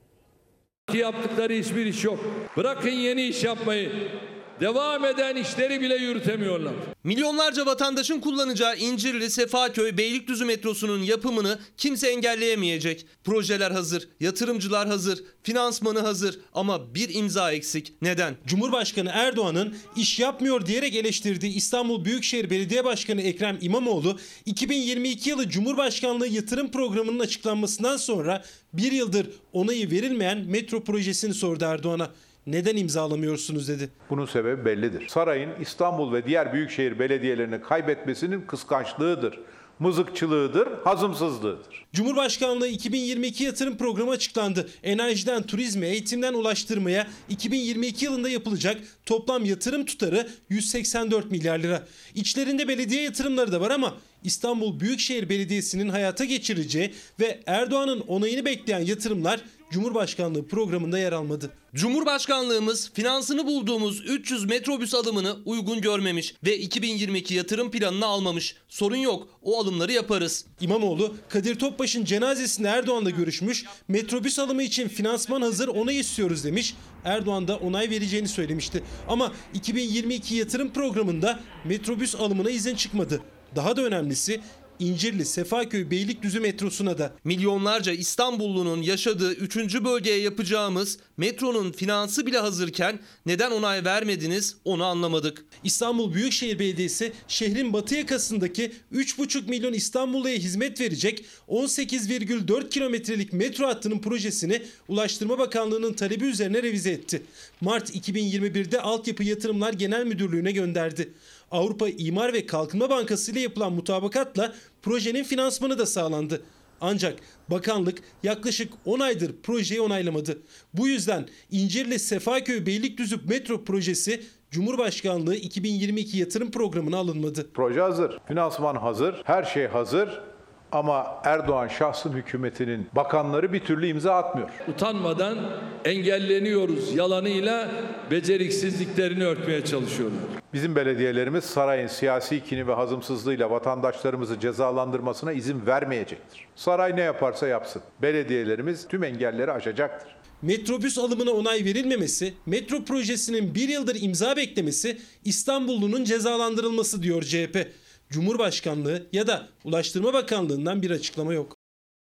Yaptıkları hiçbir iş yok. Bırakın yeni iş yapmayı. Devam eden işleri bile yürütemiyorlar. Milyonlarca vatandaşın kullanacağı İncirli, Sefaköy, Beylikdüzü metrosunun yapımını kimse engelleyemeyecek. Projeler hazır, yatırımcılar hazır, finansmanı hazır ama bir imza eksik. Neden? Cumhurbaşkanı Erdoğan'ın iş yapmıyor diyerek eleştirdiği İstanbul Büyükşehir Belediye Başkanı Ekrem İmamoğlu, iki bin yirmi iki yılı Cumhurbaşkanlığı yatırım programının açıklanmasından sonra bir yıldır onayı verilmeyen metro projesini sordu Erdoğan'a. Neden imzalamıyorsunuz dedi. Bunun sebebi bellidir. Sarayın İstanbul ve diğer büyükşehir belediyelerini kaybetmesinin kıskançlığıdır, mızıkçılığıdır, hazımsızlığıdır. Cumhurbaşkanlığı iki bin yirmi iki yatırım programı açıklandı. Enerjiden turizme, eğitimden ulaştırmaya iki bin yirmi iki yılında yapılacak toplam yatırım tutarı yüz seksen dört milyar lira. İçlerinde belediye yatırımları da var ama İstanbul Büyükşehir Belediyesi'nin hayata geçireceği ve Erdoğan'ın onayını bekleyen yatırımlar Cumhurbaşkanlığı programında yer almadı. Cumhurbaşkanlığımız finansını bulduğumuz üç yüz metrobüs alımını uygun görmemiş ve iki bin yirmi iki yatırım planını almamış. Sorun yok, o alımları yaparız. İmamoğlu, Kadir Topbaş'ın cenazesinde Erdoğan'la görüşmüş, metrobüs alımı için finansman hazır, onay istiyoruz demiş. Erdoğan da onay vereceğini söylemişti. Ama iki bin yirmi iki yatırım programında metrobüs alımına izin çıkmadı. Daha da önemlisi İncirli, Sefaköy, Beylikdüzü metrosuna da. Milyonlarca İstanbullunun yaşadığı üçüncü bölgeye yapacağımız metronun finansı bile hazırken neden onay vermediniz onu anlamadık. İstanbul Büyükşehir Belediyesi şehrin batı yakasındaki üç buçuk milyon İstanbulluya hizmet verecek on sekiz virgül dört kilometrelik metro hattının projesini Ulaştırma Bakanlığı'nın talebi üzerine revize etti. Mart iki bin yirmi bir'de Altyapı Yatırımlar Genel Müdürlüğü'ne gönderdi. Avrupa İmar ve Kalkınma Bankası ile yapılan mutabakatla projenin finansmanı da sağlandı. Ancak bakanlık yaklaşık on aydır projeyi onaylamadı. Bu yüzden İncirli Sefaköy Beylikdüzü metro projesi Cumhurbaşkanlığı iki bin yirmi iki yatırım programına alınmadı. Proje hazır, finansman hazır, her şey hazır. Ama Erdoğan şahsın hükümetinin bakanları bir türlü imza atmıyor. Utanmadan engelleniyoruz yalanıyla beceriksizliklerini örtmeye çalışıyorlar. Bizim belediyelerimiz sarayın siyasi kini ve hazımsızlığıyla vatandaşlarımızı cezalandırmasına izin vermeyecektir. Saray ne yaparsa yapsın. Belediyelerimiz tüm engelleri aşacaktır. Metrobüs alımına onay verilmemesi, metro projesinin bir yıldır imza beklemesi, İstanbullunun cezalandırılması diyor C H P. Cumhurbaşkanlığı ya da Ulaştırma Bakanlığı'ndan bir açıklama yok.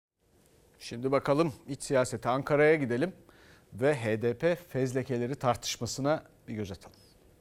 Şimdi bakalım iç siyasete, Ankara'ya gidelim ve H D P fezlekeleri tartışmasına bir göz atalım.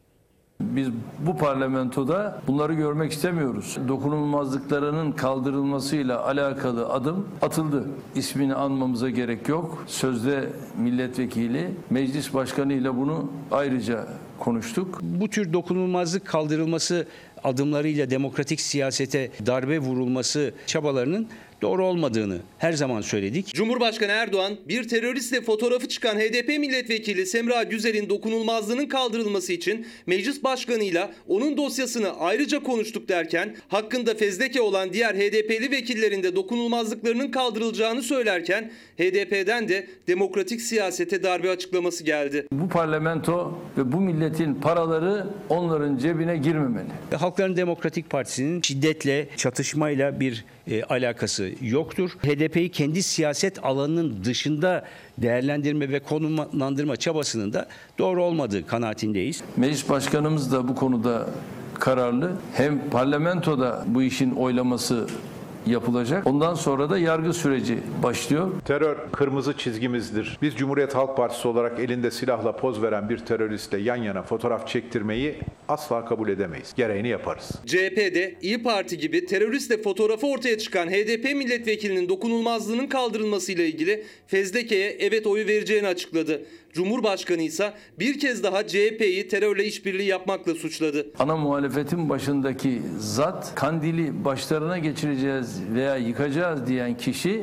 Biz bu parlamentoda bunları görmek istemiyoruz. Dokunulmazlıklarının kaldırılmasıyla alakalı adım atıldı. İsmini anmamıza gerek yok. Sözde milletvekili, meclis başkanı ile bunu ayrıca konuştuk. Bu tür dokunulmazlık kaldırılması adımlarıyla demokratik siyasete darbe vurulması çabalarının doğru olmadığını her zaman söyledik. Cumhurbaşkanı Erdoğan bir teröristle fotoğrafı çıkan H D P milletvekili Semra Güzel'in dokunulmazlığının kaldırılması için meclis başkanıyla onun dosyasını ayrıca konuştuk derken hakkında fezleke olan diğer H D P'li vekillerin de dokunulmazlıklarının kaldırılacağını söylerken H D P'den de demokratik siyasete darbe açıklaması geldi. Bu parlamento ve bu milletin paraları onların cebine girmemeli. Halkların Demokratik Partisi'nin şiddetle, çatışmayla bir e, alakası yoktur. H D P'yi kendi siyaset alanının dışında değerlendirme ve konumlandırma çabasının da doğru olmadığı kanaatindeyiz. Meclis başkanımız da bu konuda kararlı. Hem parlamentoda bu işin oylaması yapılacak. Ondan sonra da yargı süreci başlıyor. Terör kırmızı çizgimizdir. Biz Cumhuriyet Halk Partisi olarak elinde silahla poz veren bir teröristle yan yana fotoğraf çektirmeyi asla kabul edemeyiz. Gereğini yaparız. C H P'de İYİ Parti gibi teröristle fotoğrafı ortaya çıkan H D P milletvekilinin dokunulmazlığının kaldırılmasıyla ilgili fezlekeye evet oyu vereceğini açıkladı. Cumhurbaşkanı ise bir kez daha C H P'yi terörle işbirliği yapmakla suçladı. Ana muhalefetin başındaki zat, kandili başlarına geçireceğiz veya yıkacağız diyen kişi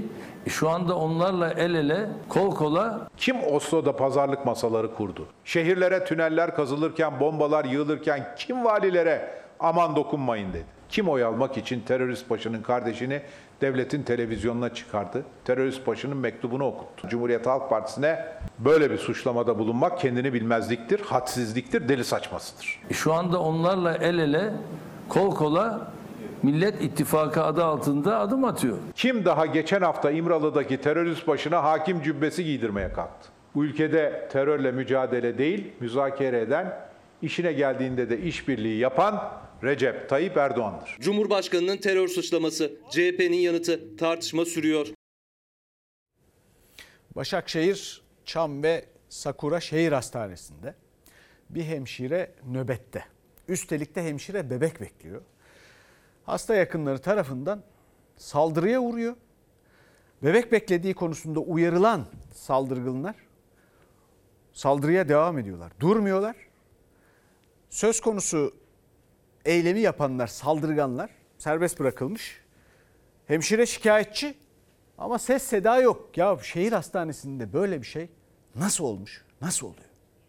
Şu anda onlarla el ele, kol kola. Kim Oslo'da pazarlık masaları kurdu? Şehirlere tüneller kazılırken, bombalar yığılırken kim valilere aman dokunmayın dedi? Kim oy almak için terörist başının kardeşini devletin televizyonuna çıkardı? Terörist başının mektubunu okuttu. Cumhuriyet Halk Partisi'ne böyle bir suçlamada bulunmak kendini bilmezliktir, hadsizliktir, deli saçmasıdır. Şu anda onlarla el ele, kol kola Millet İttifakı adı altında adım atıyor. Kim daha geçen hafta İmralı'daki terörist başına hakim cübbesi giydirmeye kalktı? Bu ülkede terörle mücadele değil, müzakere eden, işine geldiğinde de işbirliği yapan Recep Tayyip Erdoğan'dır. Cumhurbaşkanının terör suçlaması, C H P'nin yanıtı, tartışma sürüyor. Başakşehir, Çam ve Sakura Şehir Hastanesi'nde bir hemşire nöbette. Üstelik de hemşire bebek bekliyor. Hasta yakınları tarafından saldırıya uğruyor. Bebek beklediği konusunda uyarılan saldırganlar saldırıya devam ediyorlar. Durmuyorlar. Söz konusu eylemi yapanlar, saldırganlar serbest bırakılmış. Hemşire şikayetçi ama ses seda yok. Ya şehir hastanesinde böyle bir şey nasıl olmuş? Nasıl oluyor?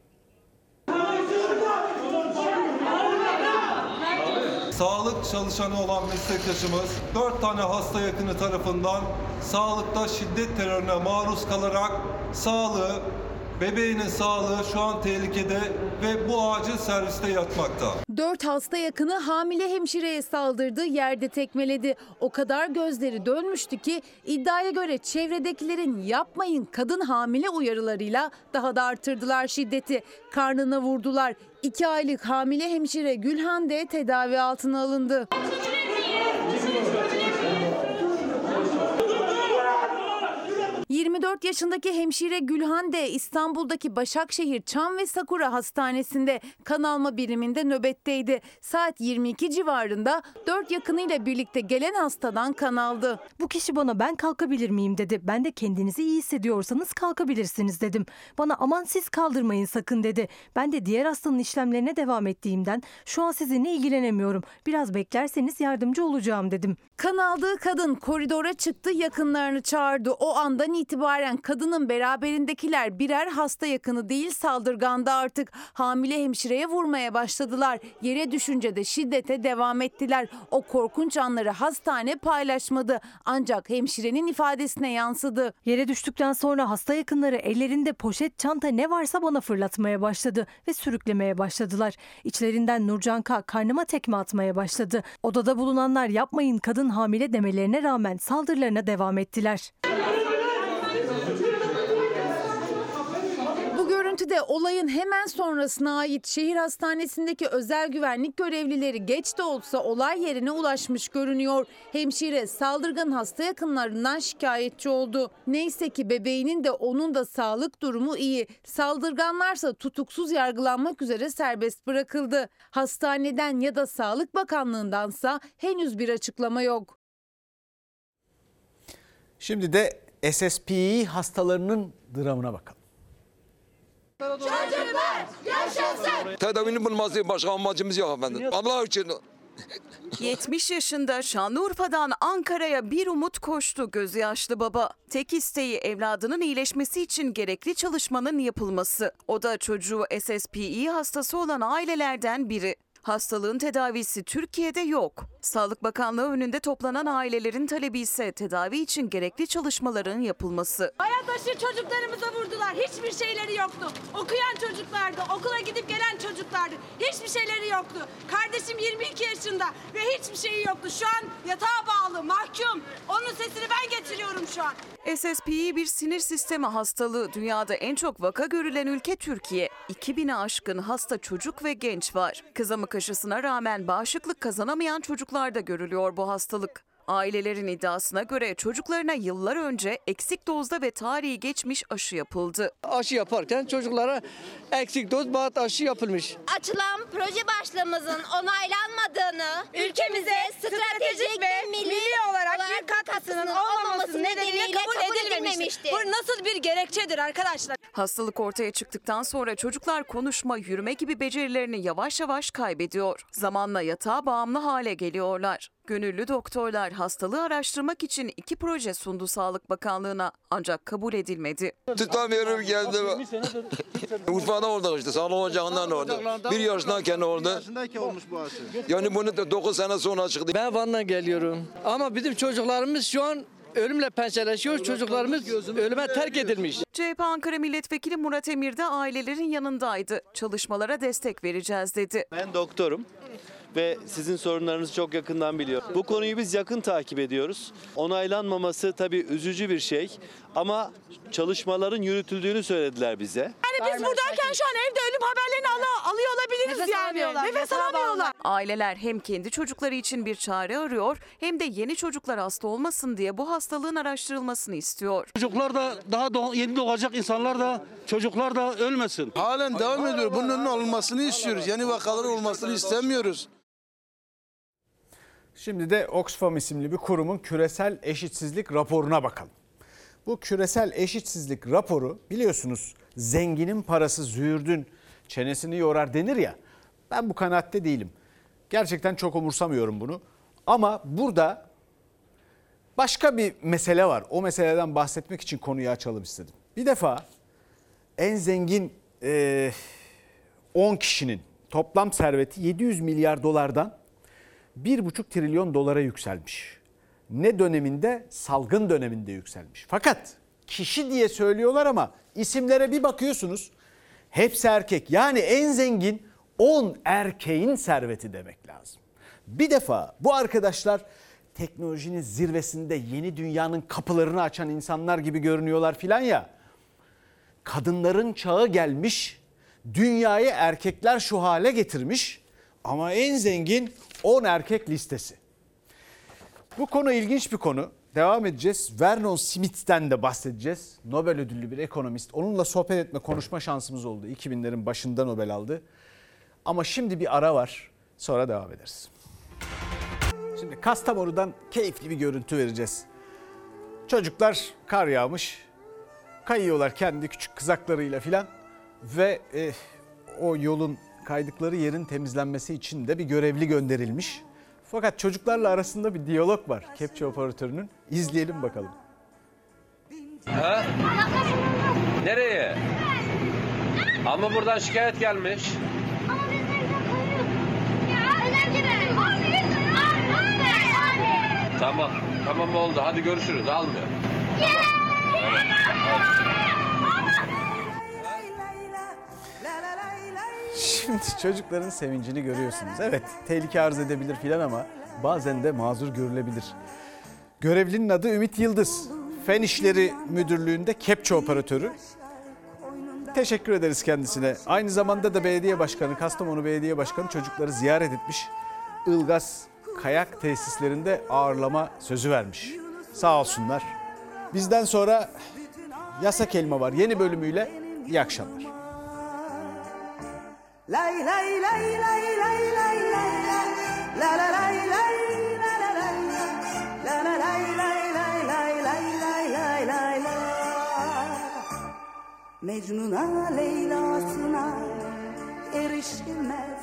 Sağlık çalışanı olan meslektaşımız dört tane hasta yakını tarafından sağlıkta şiddet terörüne maruz kalarak sağlığı, bebeğinin sağlığı şu an tehlikede ve bu acil serviste yatmakta. Dört hasta yakını hamile hemşireye saldırdı, yerde tekmeledi. O kadar gözleri dönmüştü ki iddiaya göre çevredekilerin yapmayın kadın hamile uyarılarıyla daha da artırdılar şiddeti. Karnına vurdular. İki aylık hamile hemşire Gülhan de tedavi altına alındı. yirmi dört yaşındaki hemşire Gülhan de İstanbul'daki Başakşehir Çam ve Sakura Hastanesi'nde kan alma biriminde nöbetteydi. Saat yirmi iki civarında dört yakınıyla birlikte gelen hastadan kan aldı. Bu kişi bana ben kalkabilir miyim dedi. Ben de kendinizi iyi hissediyorsanız kalkabilirsiniz dedim. Bana aman siz kaldırmayın sakın dedi. Ben de diğer hastanın işlemlerine devam ettiğimden şu an sizinle ilgilenemiyorum. Biraz beklerseniz yardımcı olacağım dedim. Kan aldığı kadın koridora çıktı, yakınlarını çağırdı. O andan itibaren kadının beraberindekiler birer hasta yakını değil saldırgandı artık. Hamile hemşireye vurmaya başladılar. Yere düşünce de şiddete devam ettiler. O korkunç anları hastane paylaşmadı. Ancak hemşirenin ifadesine yansıdı. Yere düştükten sonra hasta yakınları ellerinde poşet, çanta ne varsa bana fırlatmaya başladı ve sürüklemeye başladılar. İçlerinden Nurcan K. karnıma tekme atmaya başladı. Odada bulunanlar yapmayın kadın hamile demelerine rağmen saldırılarına devam ettiler. Bu görüntüde olayın hemen sonrasına ait şehir hastanesindeki özel güvenlik görevlileri geç de olsa olay yerine ulaşmış görünüyor. Hemşire saldırgan hasta yakınlarından şikayetçi oldu. Neyse ki bebeğinin de onun da sağlık durumu iyi. Saldırganlarsa tutuksuz yargılanmak üzere serbest bırakıldı. Hastaneden ya da Sağlık Bakanlığı'ndansa henüz bir açıklama yok. Şimdi de S S P I hastalarının dramına bakalım. Çocuklar yaşasın. Tedavinin bulması başka amacımız yok efendim. Allah için. yetmiş yaşında Şanlıurfa'dan Ankara'ya bir umut koştu gözü yaşlı baba. Tek isteği evladının iyileşmesi için gerekli çalışmanın yapılması. O da çocuğu S S P I hastası olan ailelerden biri. Hastalığın tedavisi Türkiye'de yok. Sağlık Bakanlığı önünde toplanan ailelerin talebi ise tedavi için gerekli çalışmaların yapılması. Hayatbaşı çocuklarımıza vurdular. Hiçbir şeyleri yoktu. Okuyan çocuklardı, okula gidip gelen çocuklardı. Hiçbir şeyleri yoktu. Kardeşim yirmi iki yaşında ve hiçbir şeyi yoktu. Şu an yatağa bağlı, mahkum. Onun sesini ben getiriyorum şu an. S S P I bir sinir sistemi hastalığı. Dünyada en çok vaka görülen ülke Türkiye. iki bine aşkın hasta çocuk ve genç var. Kızamık aşısına rağmen bağışıklık kazanamayan çocuklarda görülüyor bu hastalık. Ailelerin iddiasına göre çocuklarına yıllar önce eksik dozda ve tarihi geçmiş aşı yapıldı. Aşı yaparken çocuklara eksik doz bat aşı yapılmış. Açılan proje başlığımızın onaylanmadığını, ülkemize stratejik ve milli, milli olarak bir katkısının olmaması nedeniyle kabul edilmemiştir. Bu nasıl bir gerekçedir arkadaşlar? Hastalık ortaya çıktıktan sonra çocuklar konuşma, yürüme gibi becerilerini yavaş yavaş kaybediyor. Zamanla yatağa bağımlı hale geliyorlar. Gönüllü doktorlar hastalığı araştırmak için iki proje sundu Sağlık Bakanlığı'na ancak kabul edilmedi. Tutamıyorum kendimi. Urfa'da olduk işte. Sağlık ocağından orada. Bir yaşındayken orada. Yani bunu da dokuz sene sonra çıktı. Ben Van'dan geliyorum ama bizim çocuklarımız şu an ölümle pençeleşiyor. Çocuklarımız ölüme terk edilmiş. C H P Ankara Milletvekili Murat Emir de ailelerin yanındaydı. Çalışmalara destek vereceğiz dedi. Ben doktorum ve sizin sorunlarınızı çok yakından biliyorum. Bu konuyu biz yakın takip ediyoruz. Onaylanmaması tabii üzücü bir şey ama çalışmaların yürütüldüğünü söylediler bize. Yani biz buradayken şu an evde ölüm haberlerini al alıyor olabiliriz Nefes yani. Alamıyorlar. Nefes alamıyorlar. Aileler hem kendi çocukları için bir çare arıyor hem de yeni çocuklar hasta olmasın diye bu hastalığın araştırılmasını istiyor. Çocuklar da daha doğ yeni doğacak insanlar da çocuklar da ölmesin. Halen devam ediyor. Bunun önüne alınmasını istiyoruz. Yeni vakalar olmasını istemiyoruz. Şimdi de Oxfam isimli bir kurumun küresel eşitsizlik raporuna bakalım. Bu küresel eşitsizlik raporu biliyorsunuz zenginin parası züğürdün çenesini yorar denir ya. Ben bu kanaatte değilim. Gerçekten çok umursamıyorum bunu. Ama burada başka bir mesele var. O meseleden bahsetmek için konuyu açalım istedim. Bir defa en zengin e, on kişinin toplam serveti yedi yüz milyar dolardan bir buçuk trilyon dolara yükselmiş. Ne döneminde? Salgın döneminde yükselmiş. Fakat kişi diye söylüyorlar ama isimlere bir bakıyorsunuz. Hepsi erkek. Yani en zengin on erkeğin serveti demek lazım. Bir defa bu arkadaşlar teknolojinin zirvesinde yeni dünyanın kapılarını açan insanlar gibi görünüyorlar filan ya. Kadınların çağı gelmiş, dünyayı erkekler şu hale getirmiş ama en zengin on erkek listesi. Bu konu ilginç bir konu. Devam edeceğiz. Vernon Smith'ten de bahsedeceğiz. Nobel ödüllü bir ekonomist. Onunla sohbet etme, konuşma şansımız oldu. iki binlerin başında Nobel aldı. Ama şimdi bir ara var. Sonra devam ederiz. Şimdi Kastamonu'dan keyifli bir görüntü vereceğiz. Çocuklar kar yağmış. Kayıyorlar kendi küçük kızaklarıyla filan. Ve e, o yolun kaydıkları yerin temizlenmesi için de bir görevli gönderilmiş. Fakat çocuklarla arasında bir diyalog var kepçe operatörünün. İzleyelim bakalım. Ha? Nereye? Ama buradan şikayet gelmiş. Tamam. Tamam oldu. Hadi görüşürüz. Almıyor. Tamam. Şimdi çocukların sevincini görüyorsunuz. Evet, tehlike arz edebilir filan ama bazen de mazur görülebilir. Görevlinin adı Ümit Yıldız. Fen İşleri Müdürlüğü'nde kepçe operatörü. Teşekkür ederiz kendisine. Aynı zamanda da belediye başkanı, Kastamonu Belediye Başkanı çocukları ziyaret etmiş. Ilgaz kayak tesislerinde ağırlama sözü vermiş. Sağ olsunlar. Bizden sonra Yasak Elma var yeni bölümüyle. İyi akşamlar. Lay lay lay lay lay lay lay la la lay lay la la lay la la lay lay lay lay lay lay lay la Mecnun'a Leyla'sına erişilmez